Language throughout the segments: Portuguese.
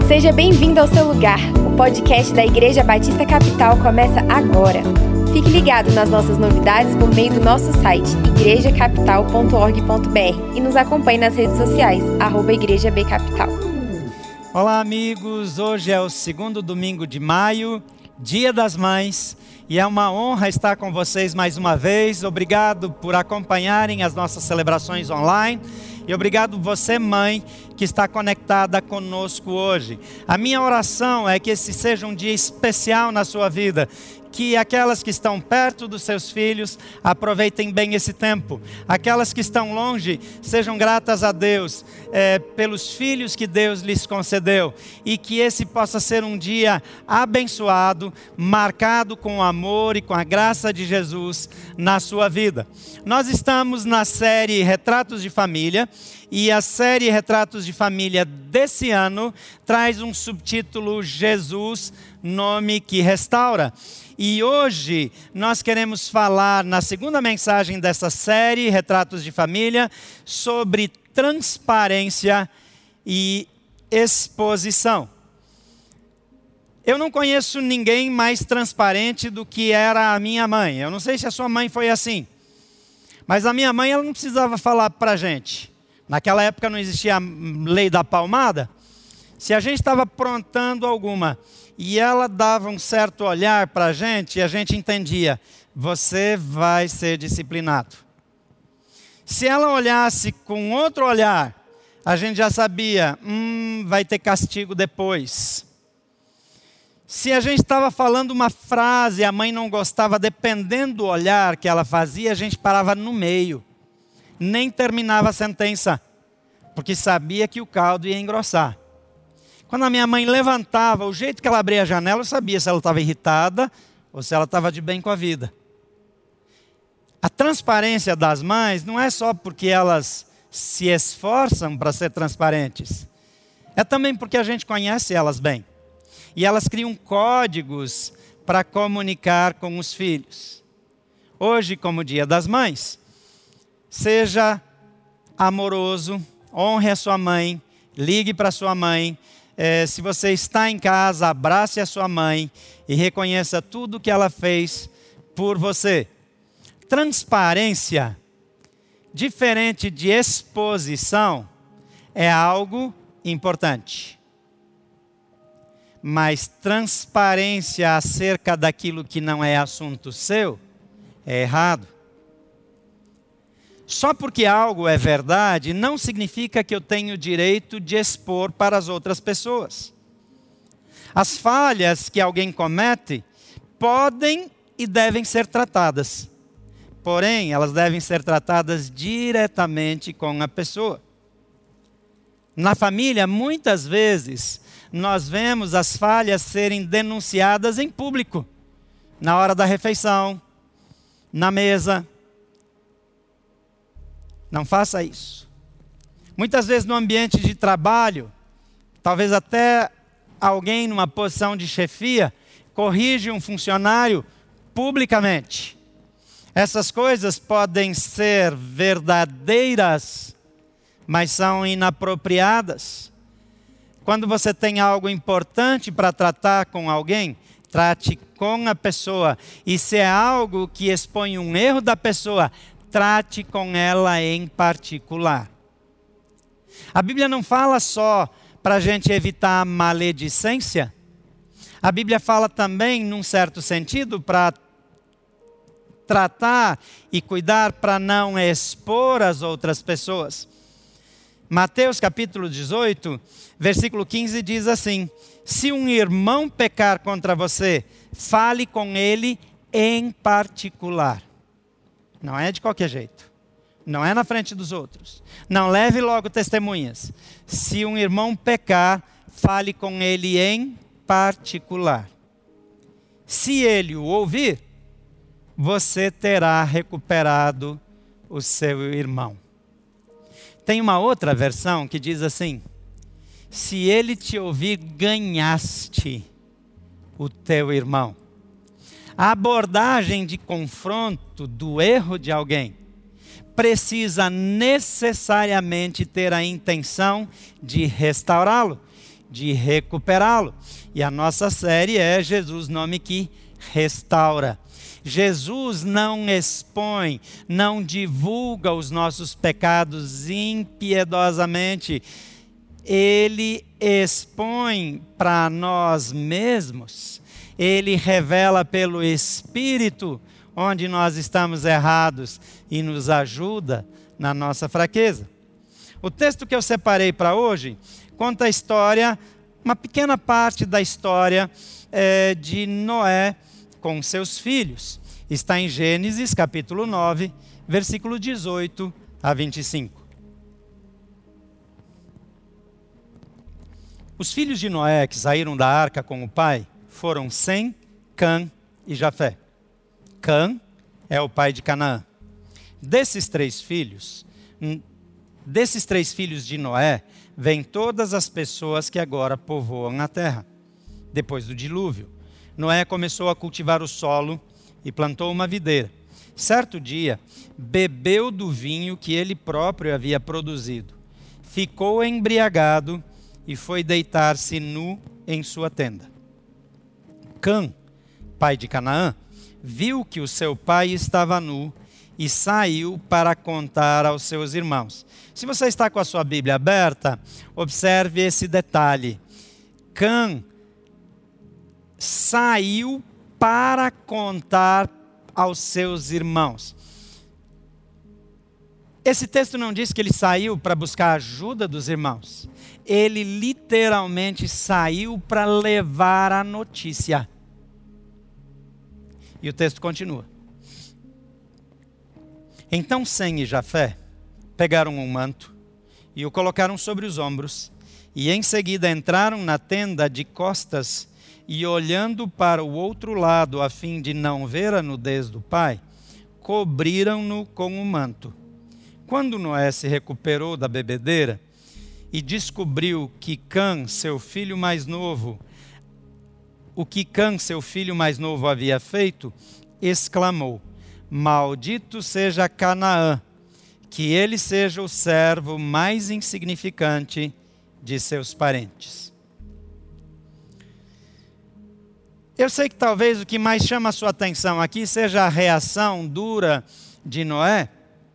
Seja bem-vindo ao seu lugar. O podcast da Igreja Batista Capital começa agora. Fique ligado nas nossas novidades por meio do nosso site, igrejacapital.org.br, e nos acompanhe nas redes sociais, @igrejabcapital. Olá, amigos. Hoje é o segundo domingo de maio, Dia das Mães, e é uma honra estar com vocês mais uma vez. Obrigado por acompanharem as nossas celebrações online. E obrigado você, mãe, que está conectada conosco hoje. A minha oração é que esse seja um dia especial na sua vida. Que aquelas que estão perto dos seus filhos aproveitem bem esse tempo. Aquelas que estão longe sejam gratas a Deus pelos filhos que Deus lhes concedeu. E que esse possa ser um dia abençoado, marcado com o amor e com a graça de Jesus na sua vida. Nós estamos na série Retratos de Família. E a série Retratos de Família desse ano traz um subtítulo: Jesus, nome que restaura. E hoje nós queremos falar, na segunda mensagem dessa série, Retratos de Família, sobre transparência e exposição. Eu não conheço ninguém mais transparente do que era a minha mãe. Eu não sei se a sua mãe foi assim. Mas a minha mãe, ela não precisava falar para a gente. Naquela época não existia a lei da palmada. Se a gente estava aprontando alguma e ela dava um certo olhar para a gente entendia: você vai ser disciplinado. Se ela olhasse com outro olhar, a gente já sabia: vai ter castigo depois. Se a gente estava falando uma frase e a mãe não gostava, dependendo do olhar que ela fazia, a gente parava no meio. Nem terminava a sentença, porque sabia que o caldo ia engrossar. Quando a minha mãe levantava, o jeito que ela abria a janela, eu sabia se ela estava irritada ou se ela estava de bem com a vida. A transparência das mães não é só porque elas se esforçam para ser transparentes. É também porque a gente conhece elas bem. E elas criam códigos para comunicar com os filhos. Hoje, como Dia das Mães, seja amoroso, honre a sua mãe, ligue para a sua mãe. Se você está em casa, abrace a sua mãe e reconheça tudo que ela fez por você. Transparência, diferente de exposição, é algo importante. Mas transparência acerca daquilo que não é assunto seu é errado. Só porque algo é verdade, não significa que eu tenho o direito de expor para as outras pessoas. As falhas que alguém comete podem e devem ser tratadas. Porém, elas devem ser tratadas diretamente com a pessoa. Na família, muitas vezes, nós vemos as falhas serem denunciadas em público. Na hora da refeição, na mesa. Não faça isso. Muitas vezes no ambiente de trabalho, talvez até alguém numa posição de chefia, corrige um funcionário publicamente. Essas coisas podem ser verdadeiras, mas são inapropriadas. Quando você tem algo importante para tratar com alguém, trate com a pessoa. E se é algo que expõe um erro da pessoa, trate com ela em particular. A Bíblia não fala só para a gente evitar a maledicência. A Bíblia fala também, num certo sentido, para tratar e cuidar para não expor as outras pessoas. Mateus capítulo 18, versículo 15 diz assim: se um irmão pecar contra você, fale com ele em particular. Não é de qualquer jeito. Não é na frente dos outros. Não leve logo testemunhas. Se um irmão pecar, fale com ele em particular. Se ele o ouvir, você terá recuperado o seu irmão. Tem uma outra versão que diz assim: se ele te ouvir, ganhaste o teu irmão. A abordagem de confronto do erro de alguém precisa necessariamente ter a intenção de restaurá-lo, de recuperá-lo. E a nossa série é Jesus, nome que restaura. Jesus não expõe, não divulga os nossos pecados impiedosamente. Ele expõe para nós mesmos. Ele revela pelo Espírito onde nós estamos errados e nos ajuda na nossa fraqueza. O texto que eu separei para hoje conta a história, uma pequena parte da história de Noé com seus filhos. Está em Gênesis capítulo 9, versículo 18 a 25. Os filhos de Noé que saíram da arca com o pai foram Sem, Cã e Jafé. Cã é o pai de Canaã. Desses três filhos de Noé, vêm todas as pessoas que agora povoam a terra. Depois do dilúvio, Noé começou a cultivar o solo e plantou uma videira. Certo dia, bebeu do vinho que ele próprio havia produzido. Ficou embriagado e foi deitar-se nu em sua tenda. Cã, pai de Canaã, viu que o seu pai estava nu e saiu para contar aos seus irmãos. Se você está com a sua Bíblia aberta, observe esse detalhe. Cã saiu para contar aos seus irmãos. Esse texto não diz que ele saiu para buscar a ajuda dos irmãos. Ele literalmente saiu para levar a notícia. E o texto continua. Então Sem e Jafé pegaram um manto e o colocaram sobre os ombros, e em seguida entraram na tenda de costas e, olhando para o outro lado a fim de não ver a nudez do pai, cobriram-no com o manto. Quando Noé se recuperou da bebedeira e descobriu que Cã, seu filho mais novo, havia feito, exclamou: Maldito seja Canaã, que ele seja o servo mais insignificante de seus parentes. Eu sei que talvez o que mais chama a sua atenção aqui seja a reação dura de Noé,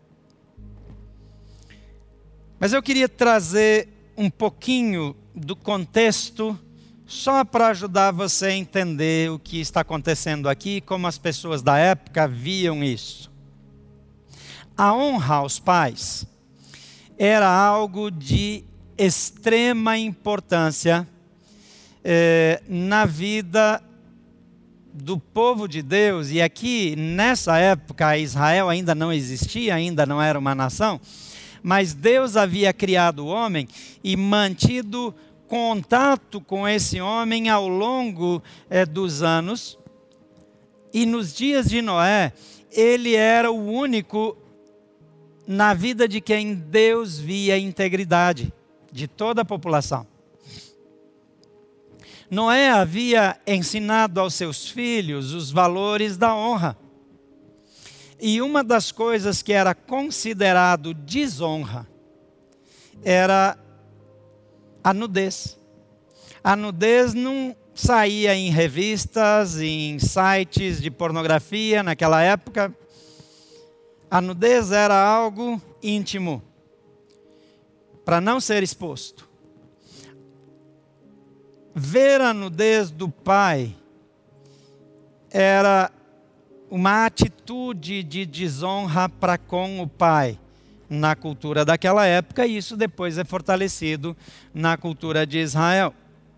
mas eu queria trazer um pouquinho do contexto só para ajudar você a entender o que está acontecendo aqui e como as pessoas da época viam isso. A honra aos pais era algo de extrema importância na vida do povo de Deus. E aqui, nessa época, Israel ainda não existia, ainda não era uma nação, mas Deus havia criado o homem e mantido contato com esse homem ao longo dos anos. E nos dias de Noé, ele era o único na vida de quem Deus via a integridade de toda a população. Noé havia ensinado aos seus filhos os valores da honra. E uma das coisas que era considerado desonra era a nudez. A nudez não saía em revistas, em sites de pornografia naquela época. A nudez era algo íntimo, para não ser exposto. Ver a nudez do pai era uma atitude de desonra para com o pai na cultura daquela época, e isso depois é fortalecido na cultura de Israel.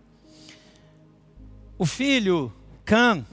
O filho Cã,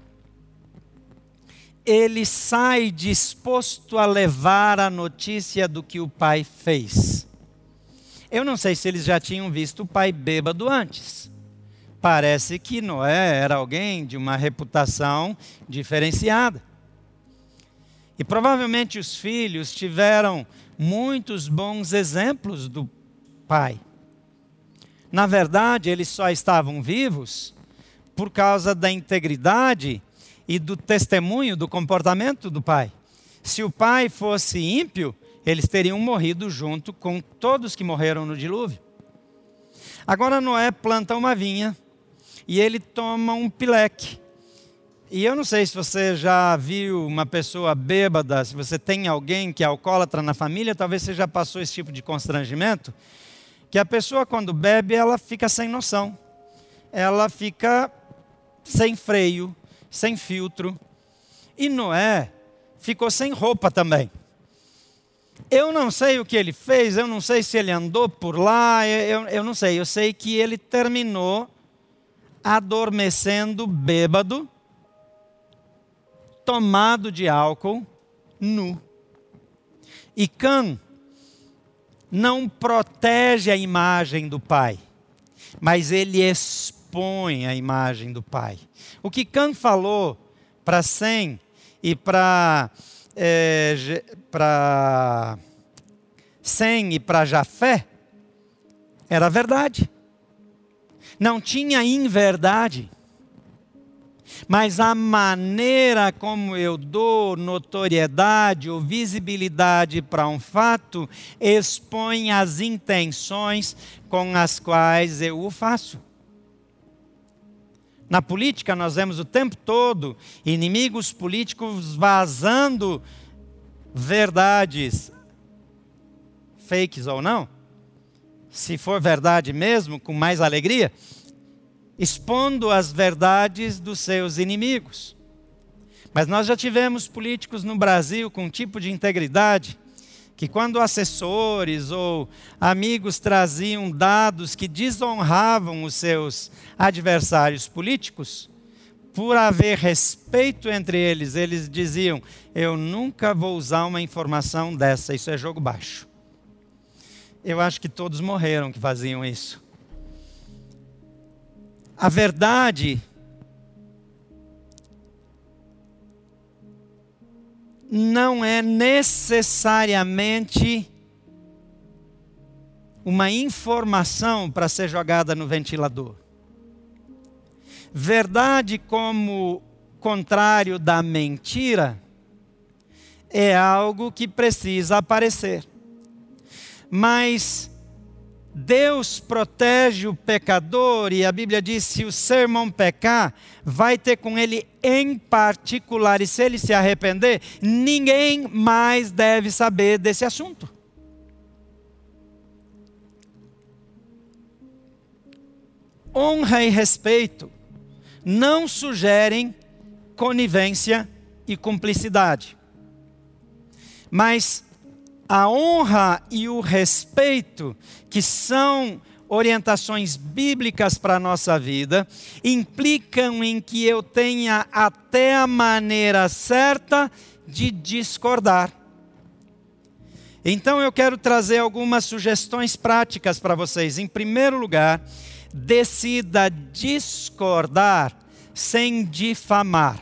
ele sai disposto a levar a notícia do que o pai fez. Eu não sei se eles já tinham visto o pai bêbado antes. Parece que Noé era alguém de uma reputação diferenciada. E provavelmente os filhos tiveram muitos bons exemplos do pai. Na verdade, eles só estavam vivos por causa da integridade e do testemunho do comportamento do pai. Se o pai fosse ímpio, eles teriam morrido junto com todos que morreram no dilúvio. Agora Noé planta uma vinha e ele toma um pileque. E eu não sei se você já viu uma pessoa bêbada, se você tem alguém que é alcoólatra na família, talvez você já passou esse tipo de constrangimento, que a pessoa quando bebe, ela fica sem noção. Ela fica sem freio, sem filtro. E Noé ficou sem roupa também. Eu não sei o que ele fez, eu não sei se ele andou por lá, eu não sei. Eu sei que ele terminou adormecendo bêbado, tomado de álcool, nu. E Cã não protege a imagem do pai, mas ele expõe a imagem do pai. O que Cã falou para Sem e para Sem e para Jafé era verdade. Não tinha inverdade. Mas a maneira como eu dou notoriedade ou visibilidade para um fato expõe as intenções com as quais eu o faço. Na política nós vemos o tempo todo inimigos políticos vazando verdades, fakes ou não, se for verdade mesmo, com mais alegria, expondo as verdades dos seus inimigos. Mas nós já tivemos políticos no Brasil com um tipo de integridade que quando assessores ou amigos traziam dados que desonravam os seus adversários políticos, por haver respeito entre eles, eles diziam: eu nunca vou usar uma informação dessa, isso é jogo baixo. Eu acho que todos morreram que faziam isso. A verdade não é necessariamente uma informação para ser jogada no ventilador. Verdade como contrário da mentira é algo que precisa aparecer. Mas Deus protege o pecador e a Bíblia diz: se o seu irmão pecar, vai ter com ele em particular, e se ele se arrepender, ninguém mais deve saber desse assunto. Honra e respeito não sugerem conivência e cumplicidade. Mas a honra e o respeito, que são orientações bíblicas para a nossa vida, implicam em que eu tenha até a maneira certa de discordar. Então eu quero trazer algumas sugestões práticas para vocês. Em primeiro lugar, decida discordar sem difamar.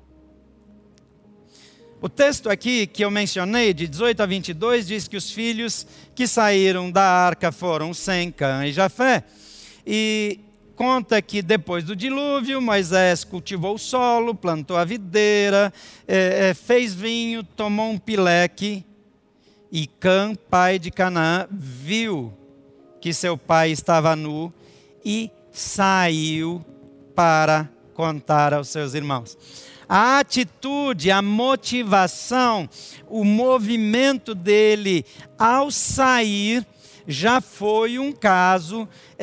O texto aqui que eu mencionei, de 18 a 22, diz que os filhos que saíram da arca foram Sem, Cã e Jafé. E conta que depois do dilúvio, Moisés cultivou o solo, plantou a videira, fez vinho, tomou um pileque. E Cã, pai de Canaã, viu que seu pai estava nu e saiu para contar aos seus irmãos. A atitude, a motivação, o movimento dele ao sair já foi um caso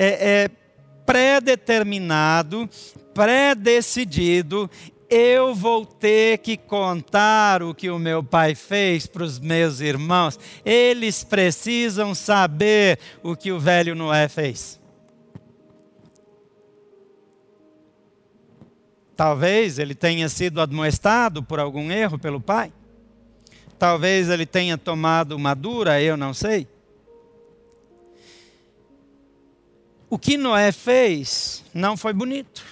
pré-determinado, pré-decidido. Eu vou ter que contar o que o meu pai fez para os meus irmãos. Eles precisam saber o que o velho Noé fez. Talvez ele tenha sido admoestado por algum erro pelo pai. Talvez ele tenha tomado uma dura, eu não sei. O que Noé fez não foi bonito.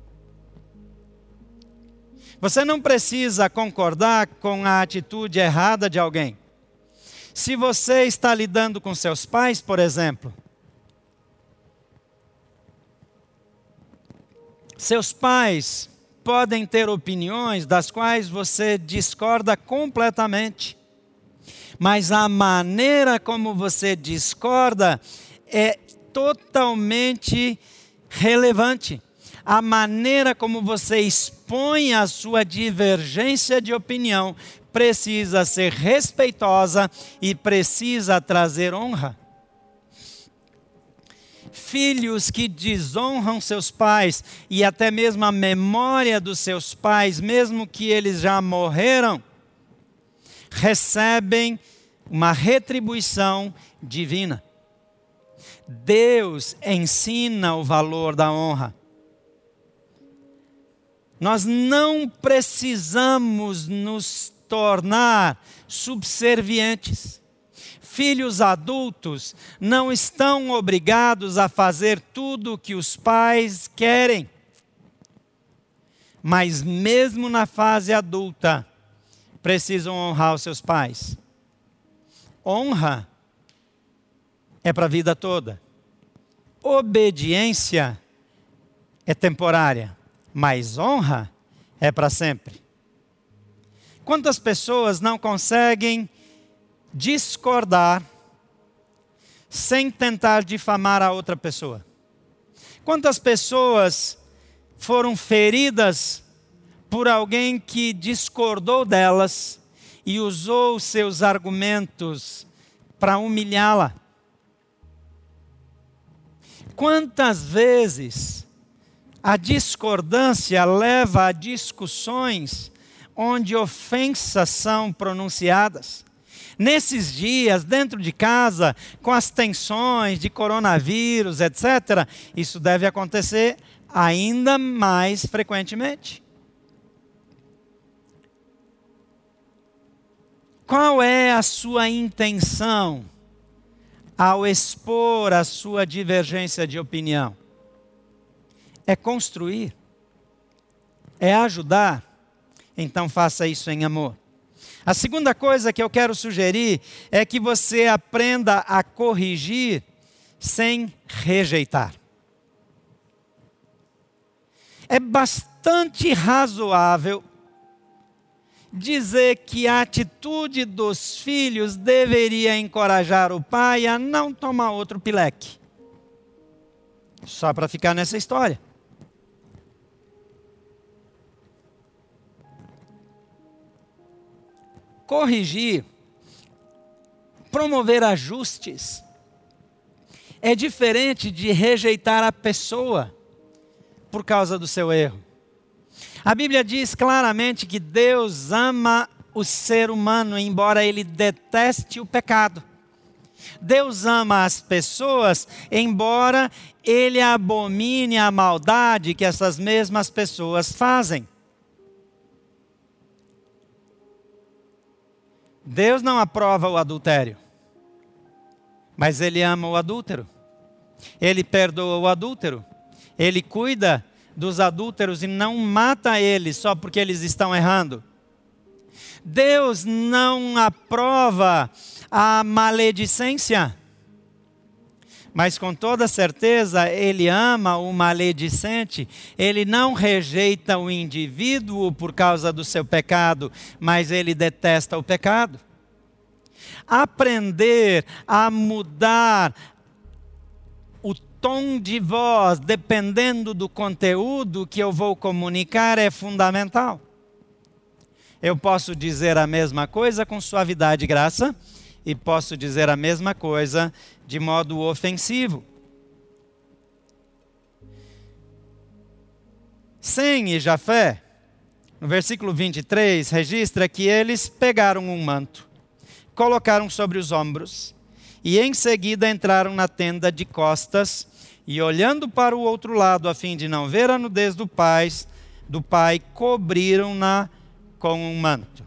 Você não precisa concordar com a atitude errada de alguém. Se você está lidando com seus pais, por exemplo, seus pais podem ter opiniões das quais você discorda completamente. Mas a maneira como você discorda totalmente relevante. A maneira como você expõe a sua divergência de opinião precisa ser respeitosa e precisa trazer honra. Filhos que desonram seus pais e até mesmo a memória dos seus pais, mesmo que eles já morreram, recebem uma retribuição divina. Deus ensina o valor da honra. Nós não precisamos nos tornar subservientes. Filhos adultos não estão obrigados a fazer tudo o que os pais querem. Mas mesmo na fase adulta, precisam honrar os seus pais. Honra é para a vida toda. Obediência é temporária, mas honra é para sempre. Quantas pessoas não conseguem discordar sem tentar difamar a outra pessoa? Quantas pessoas foram feridas por alguém que discordou delas e usou seus argumentos para humilhá-la? Quantas vezes a discordância leva a discussões onde ofensas são pronunciadas? Nesses dias, dentro de casa, com as tensões de coronavírus, etc., isso deve acontecer ainda mais frequentemente. Qual é a sua intenção ao expor a sua divergência de opinião? É construir? É ajudar? Então faça isso em amor. A segunda coisa que eu quero sugerir é que você aprenda a corrigir sem rejeitar. É bastante razoável dizer que a atitude dos filhos deveria encorajar o pai a não tomar outro pileque. Só para ficar nessa história. Corrigir, promover ajustes, é diferente de rejeitar a pessoa por causa do seu erro. A Bíblia diz claramente que Deus ama o ser humano, embora ele deteste o pecado. Deus ama as pessoas, embora ele abomine a maldade que essas mesmas pessoas fazem. Deus não aprova o adultério, mas ele ama o adúltero. Ele perdoa o adúltero. Ele cuida dos adúlteros e não mata eles só porque eles estão errando. Deus não aprova a maledicência, mas com toda certeza ele ama o maledicente. Ele não rejeita o indivíduo por causa do seu pecado, mas ele detesta o pecado. Aprender a mudar o tom de voz, dependendo do conteúdo que eu vou comunicar, é fundamental. Eu posso dizer a mesma coisa com suavidade e graça, e posso dizer a mesma coisa de modo ofensivo. Sem e Jafé, no versículo 23, registra que eles pegaram um manto, colocaram sobre os ombros, e em seguida entraram na tenda de costas, e olhando para o outro lado, a fim de não ver a nudez do pai, cobriram-na com um manto.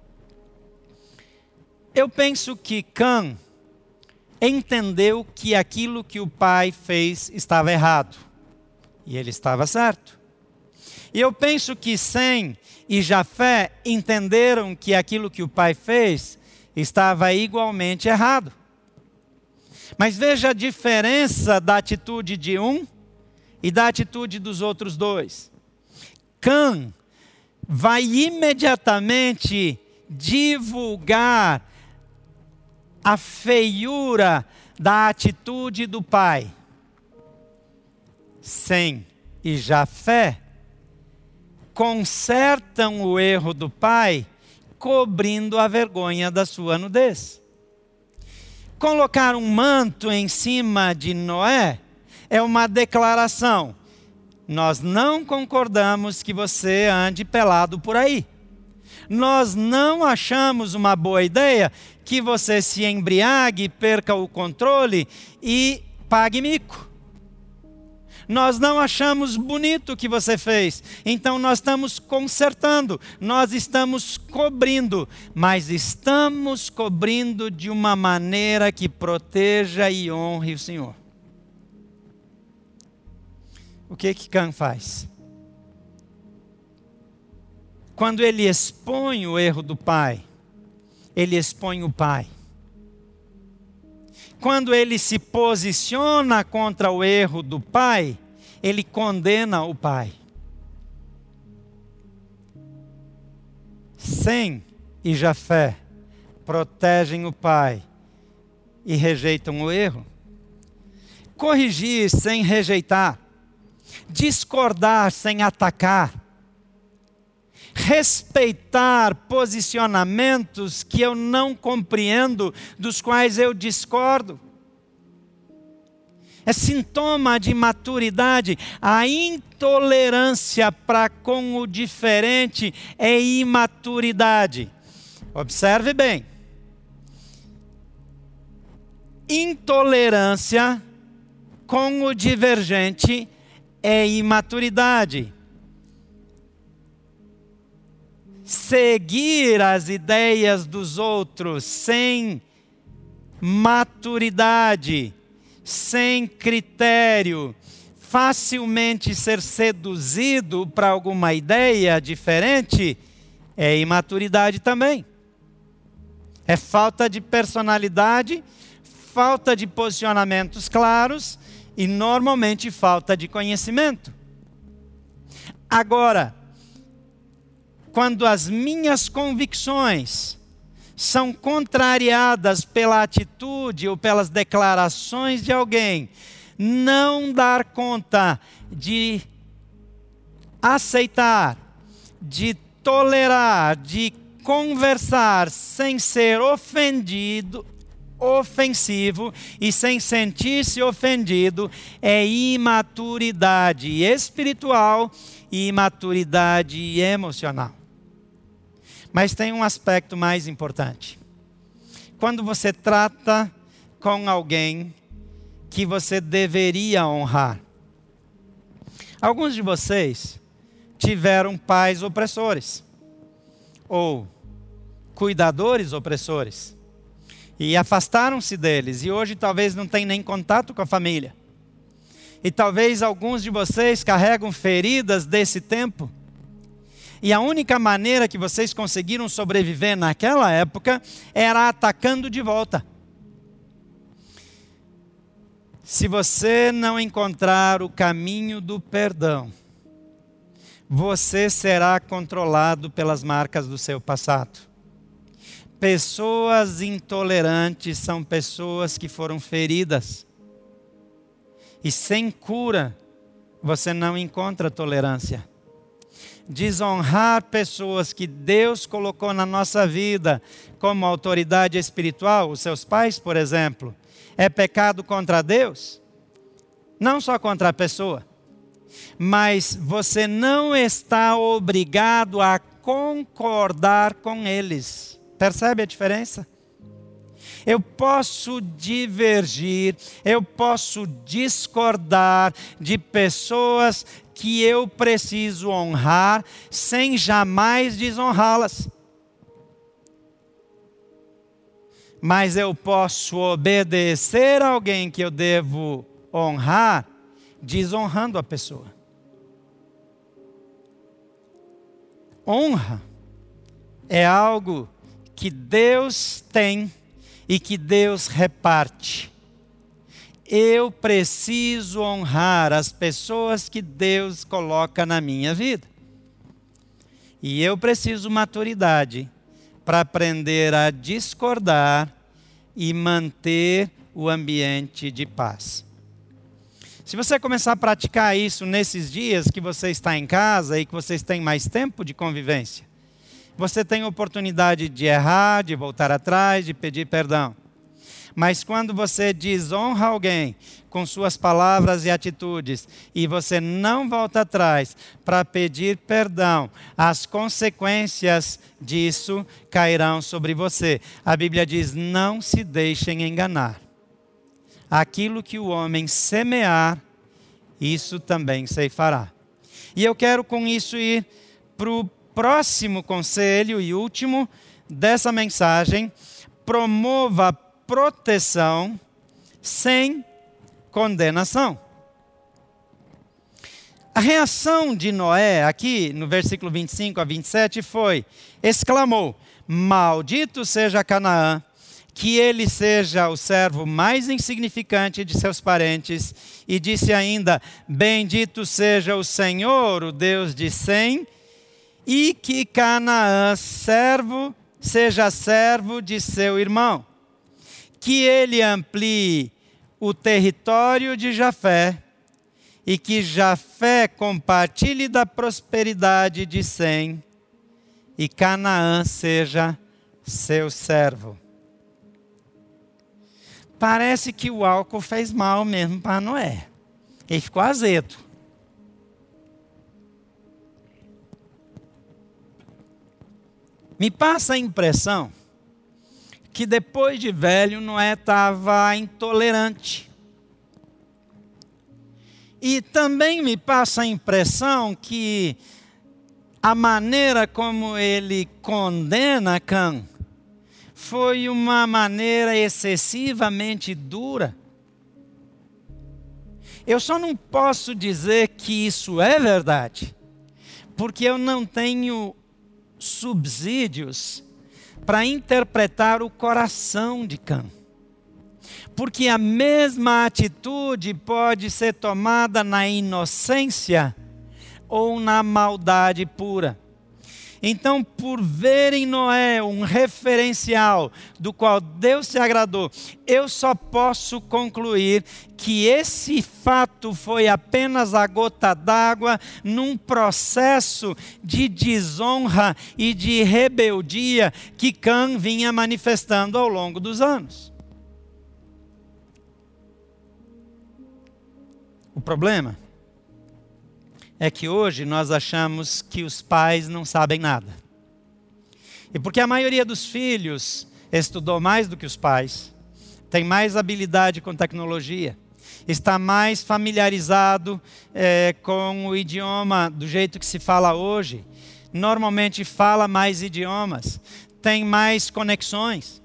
Eu penso que Cã entendeu que aquilo que o pai fez estava errado. E ele estava certo. E eu penso que Sem e Jafé entenderam que aquilo que o pai fez estava igualmente errado. Mas veja a diferença da atitude de um e da atitude dos outros dois. Cã vai imediatamente divulgar a feiura da atitude do pai. Sem e Jafé consertam o erro do pai, cobrindo a vergonha da sua nudez. Colocar um manto em cima de Noé é uma declaração. Nós não concordamos que você ande pelado por aí. Nós não achamos uma boa ideia que você se embriague, perca o controle e pague mico. Nós não achamos bonito o que você fez, então nós estamos consertando, nós estamos cobrindo, mas estamos cobrindo de uma maneira que proteja e honre o Senhor. O que Cã faz? Quando ele expõe o erro do pai, ele expõe o pai. Quando ele se posiciona contra o erro do pai, ele condena o pai. Sem e Jafé protegem o pai e rejeitam o erro. Corrigir sem rejeitar. Discordar sem atacar. Respeitar posicionamentos que eu não compreendo, dos quais eu discordo. É sintoma de maturidade. A intolerância para com o diferente é imaturidade. Observe bem. Intolerância com o divergente é imaturidade. Seguir as ideias dos outros sem maturidade, sem critério, facilmente ser seduzido para alguma ideia diferente, é imaturidade também. É falta de personalidade, falta de posicionamentos claros e normalmente falta de conhecimento. Agora, quando as minhas convicções são contrariadas pela atitude ou pelas declarações de alguém, não dar conta de aceitar, de tolerar, de conversar sem ser ofensivo e sem sentir-se ofendido, é imaturidade espiritual e imaturidade emocional. Mas tem um aspecto mais importante. Quando você trata com alguém que você deveria honrar. Alguns de vocês tiveram pais opressores ou cuidadores opressores e afastaram-se deles e hoje talvez não tenham nem contato com a família. E talvez alguns de vocês carregam feridas desse tempo. E a única maneira que vocês conseguiram sobreviver naquela época era atacando de volta. Se você não encontrar o caminho do perdão, você será controlado pelas marcas do seu passado. Pessoas intolerantes são pessoas que foram feridas. E sem cura, você não encontra tolerância. Desonrar pessoas que Deus colocou na nossa vida como autoridade espiritual, os seus pais, por exemplo, é pecado contra Deus? Não só contra a pessoa, mas você não está obrigado a concordar com eles. Percebe a diferença? Eu posso divergir, eu posso discordar de pessoas que eu preciso honrar sem jamais desonrá-las. Mas eu posso obedecer a alguém que eu devo honrar, desonrando a pessoa. Honra é algo que Deus tem e que Deus reparte. Eu preciso honrar as pessoas que Deus coloca na minha vida. E eu preciso maturidade para aprender a discordar e manter o ambiente de paz. Se você começar a praticar isso nesses dias que você está em casa e que vocês têm mais tempo de convivência, você tem oportunidade de errar, de voltar atrás, de pedir perdão. Mas quando você desonra alguém com suas palavras e atitudes e você não volta atrás para pedir perdão, as consequências disso cairão sobre você. A Bíblia diz: não se deixem enganar. Aquilo que o homem semear, isso também ceifará. E eu quero com isso ir para o próximo conselho e último dessa mensagem: promova proteção sem condenação. A reação de Noé, aqui no versículo 25 a 27, exclamou: maldito seja Canaã, que ele seja o servo mais insignificante de seus parentes. E disse ainda: bendito seja o Senhor, o Deus de Sem, e que Canaã seja servo de seu irmão. Que ele amplie o território de Jafé, e que Jafé compartilhe da prosperidade de Sem, e Canaã seja seu servo. Parece que o álcool fez mal mesmo para Noé. Ele ficou azedo. Me passa a impressão que depois de velho, Noé estava intolerante. E também me passa a impressão que a maneira como ele condena Cã foi uma maneira excessivamente dura. Eu só não posso dizer que isso é verdade, porque eu não tenho subsídios para interpretar o coração de Cã. Porque a mesma atitude pode ser tomada na inocência ou na maldade pura. Então, por ver em Noé um referencial do qual Deus se agradou, eu só posso concluir que esse fato foi apenas a gota d'água num processo de desonra e de rebeldia que Cã vinha manifestando ao longo dos anos. O problema é que hoje nós achamos que os pais não sabem nada. E porque a maioria dos filhos estudou mais do que os pais, tem mais habilidade com tecnologia, está mais familiarizado com o idioma do jeito que se fala hoje, normalmente fala mais idiomas, tem mais conexões.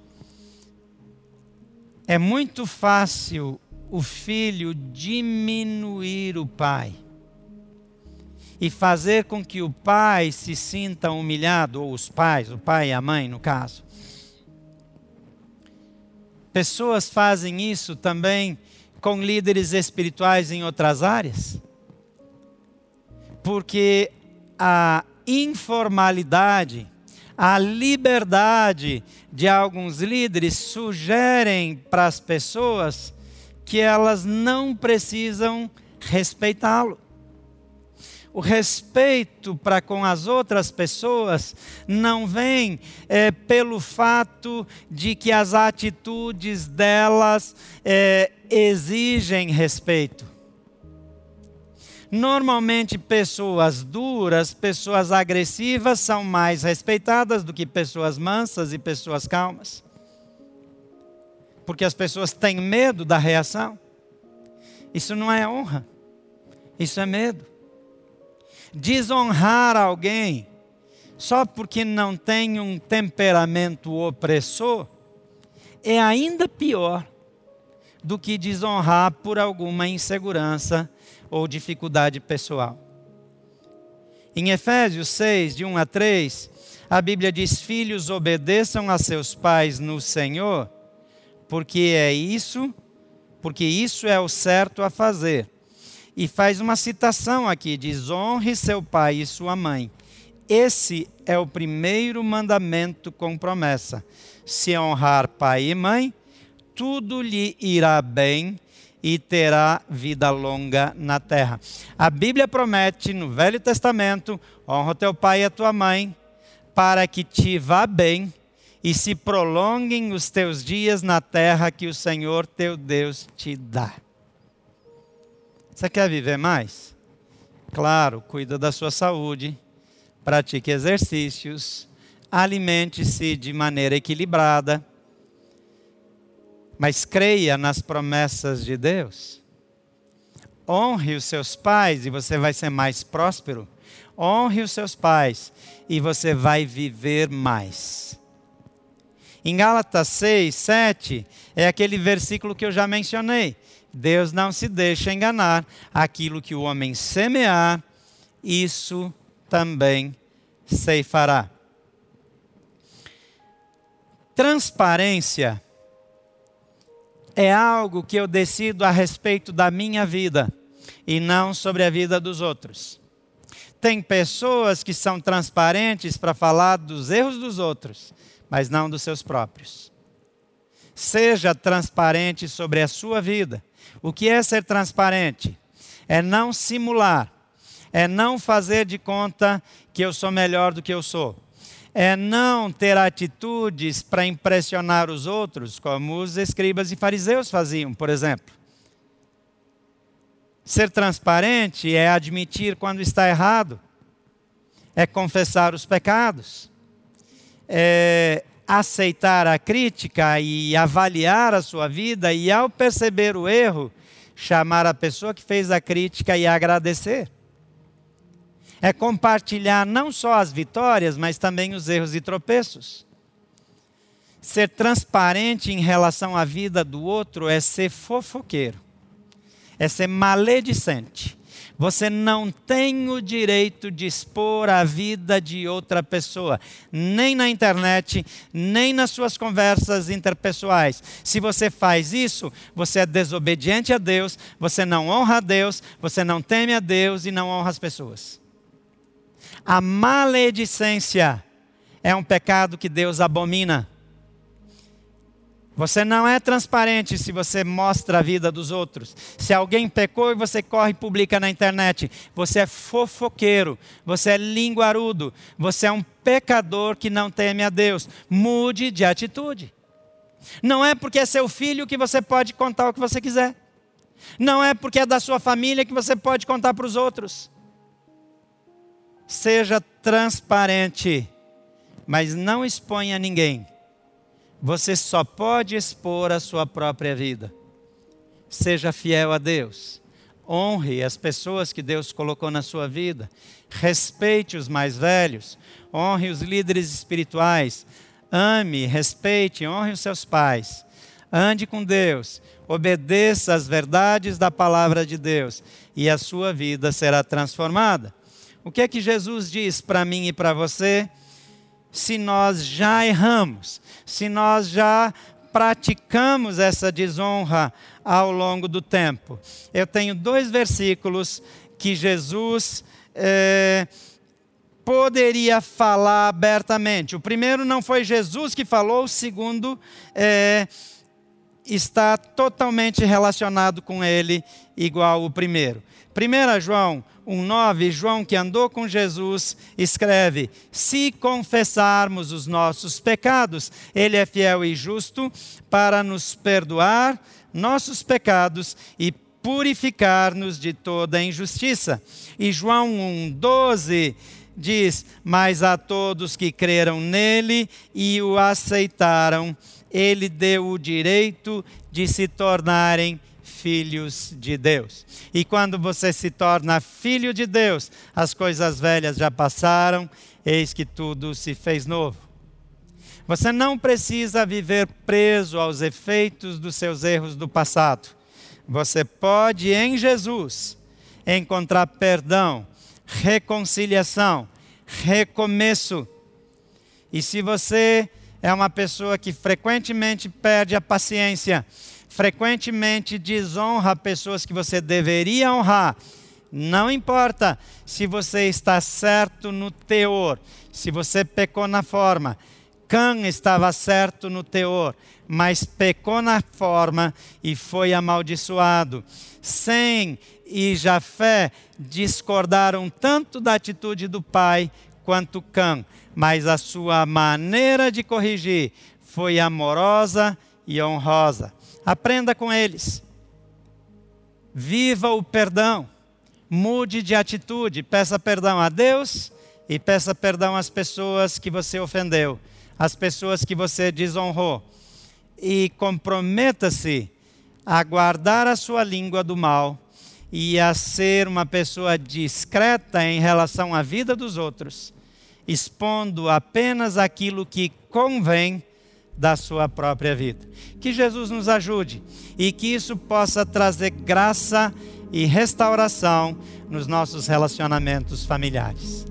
É muito fácil o filho diminuir o pai e fazer com que o pai se sinta humilhado, ou os pais, o pai e a mãe no caso. Pessoas fazem isso também com líderes espirituais em outras áreas, porque a informalidade, a liberdade de alguns líderes sugerem para as pessoas que elas não precisam respeitá-lo. O respeito para com as outras pessoas não vem pelo fato de que as atitudes delas exigem respeito. Normalmente pessoas duras, pessoas agressivas são mais respeitadas do que pessoas mansas e pessoas calmas. Porque as pessoas têm medo da reação. Isso não é honra, isso é medo. Desonrar alguém só porque não tem um temperamento opressor é ainda pior do que desonrar por alguma insegurança ou dificuldade pessoal. Em Efésios 6, de 1 a 3, a Bíblia diz: filhos, obedeçam a seus pais no Senhor, porque isso é o certo a fazer. E faz uma citação aqui, diz: honre seu pai e sua mãe. Esse é o primeiro mandamento com promessa. Se honrar pai e mãe, tudo lhe irá bem e terá vida longa na terra. A Bíblia promete no Velho Testamento: honra o teu pai e a tua mãe, para que te vá bem e se prolonguem os teus dias na terra que o Senhor teu Deus te dá. Você quer viver mais? Claro, cuida da sua saúde, pratique exercícios, alimente-se de maneira equilibrada, mas creia nas promessas de Deus. Honre os seus pais e você vai ser mais próspero. Honre os seus pais e você vai viver mais. Em Gálatas 6, 7, é aquele versículo que eu já mencionei. Deus não se deixa enganar. Aquilo que o homem semear, isso também ceifará. Transparência é algo que eu decido a respeito da minha vida e não sobre a vida dos outros. Tem pessoas que são transparentes para falar dos erros dos outros, mas não dos seus próprios. Seja transparente sobre a sua vida. O que é ser transparente? É não simular. É não fazer de conta que eu sou melhor do que eu sou. É não ter atitudes para impressionar os outros, como os escribas e fariseus faziam, por exemplo. Ser transparente é admitir quando está errado. É confessar os pecados. É aceitar a crítica e avaliar a sua vida e, ao perceber o erro, chamar a pessoa que fez a crítica e agradecer. É compartilhar não só as vitórias, mas também os erros e tropeços. Ser transparente em relação à vida do outro é ser fofoqueiro. É ser maledicente. Você não tem o direito de expor a vida de outra pessoa, nem na internet, nem nas suas conversas interpessoais. Se você faz isso, você é desobediente a Deus, você não honra a Deus, você não teme a Deus e não honra as pessoas. A maledicência é um pecado que Deus abomina. Você não é transparente se você mostra a vida dos outros. Se alguém pecou e você corre e publica na internet, você é fofoqueiro, você é linguarudo, você é um pecador que não teme a Deus. Mude de atitude. Não é porque é seu filho que você pode contar o que você quiser. Não é porque é da sua família que você pode contar para os outros. Seja transparente, mas não exponha ninguém. Você só pode expor a sua própria vida. Seja fiel a Deus. Honre as pessoas que Deus colocou na sua vida. Respeite os mais velhos. Honre os líderes espirituais. Ame, respeite, honre os seus pais. Ande com Deus. Obedeça às verdades da palavra de Deus. E a sua vida será transformada. O que é que Jesus diz para mim e para você? Se nós já erramos, se nós já praticamos essa desonra ao longo do tempo. Eu tenho 2 versículos que Jesus poderia falar abertamente. O primeiro não foi Jesus que falou, o segundo está totalmente relacionado com ele, igual o primeiro. 1 João 1,9, João, que andou com Jesus, escreve: se confessarmos os nossos pecados, Ele é fiel e justo para nos perdoar nossos pecados e purificar-nos de toda injustiça. E João 1,12 diz: mas a todos que creram nele e o aceitaram, Ele deu o direito de se tornarem filhos de Deus. E quando você se torna filho de Deus, as coisas velhas já passaram, eis que tudo se fez novo. Você não precisa viver preso aos efeitos dos seus erros do passado. Você pode, em Jesus, encontrar perdão, reconciliação, recomeço. E se você é uma pessoa que frequentemente perde a paciência, frequentemente desonra pessoas que você deveria honrar, não importa se você está certo no teor, se você pecou na forma, Cã estava certo no teor, mas pecou na forma e foi amaldiçoado. Sem e Jafé discordaram tanto da atitude do pai quanto Cã, mas a sua maneira de corrigir foi amorosa e honrosa. Aprenda com eles. Viva o perdão. Mude de atitude. Peça perdão a Deus e peça perdão às pessoas que você ofendeu, às pessoas que você desonrou. E comprometa-se a guardar a sua língua do mal e a ser uma pessoa discreta em relação à vida dos outros, expondo apenas aquilo que convém da sua própria vida. Que Jesus nos ajude e que isso possa trazer graça e restauração nos nossos relacionamentos familiares.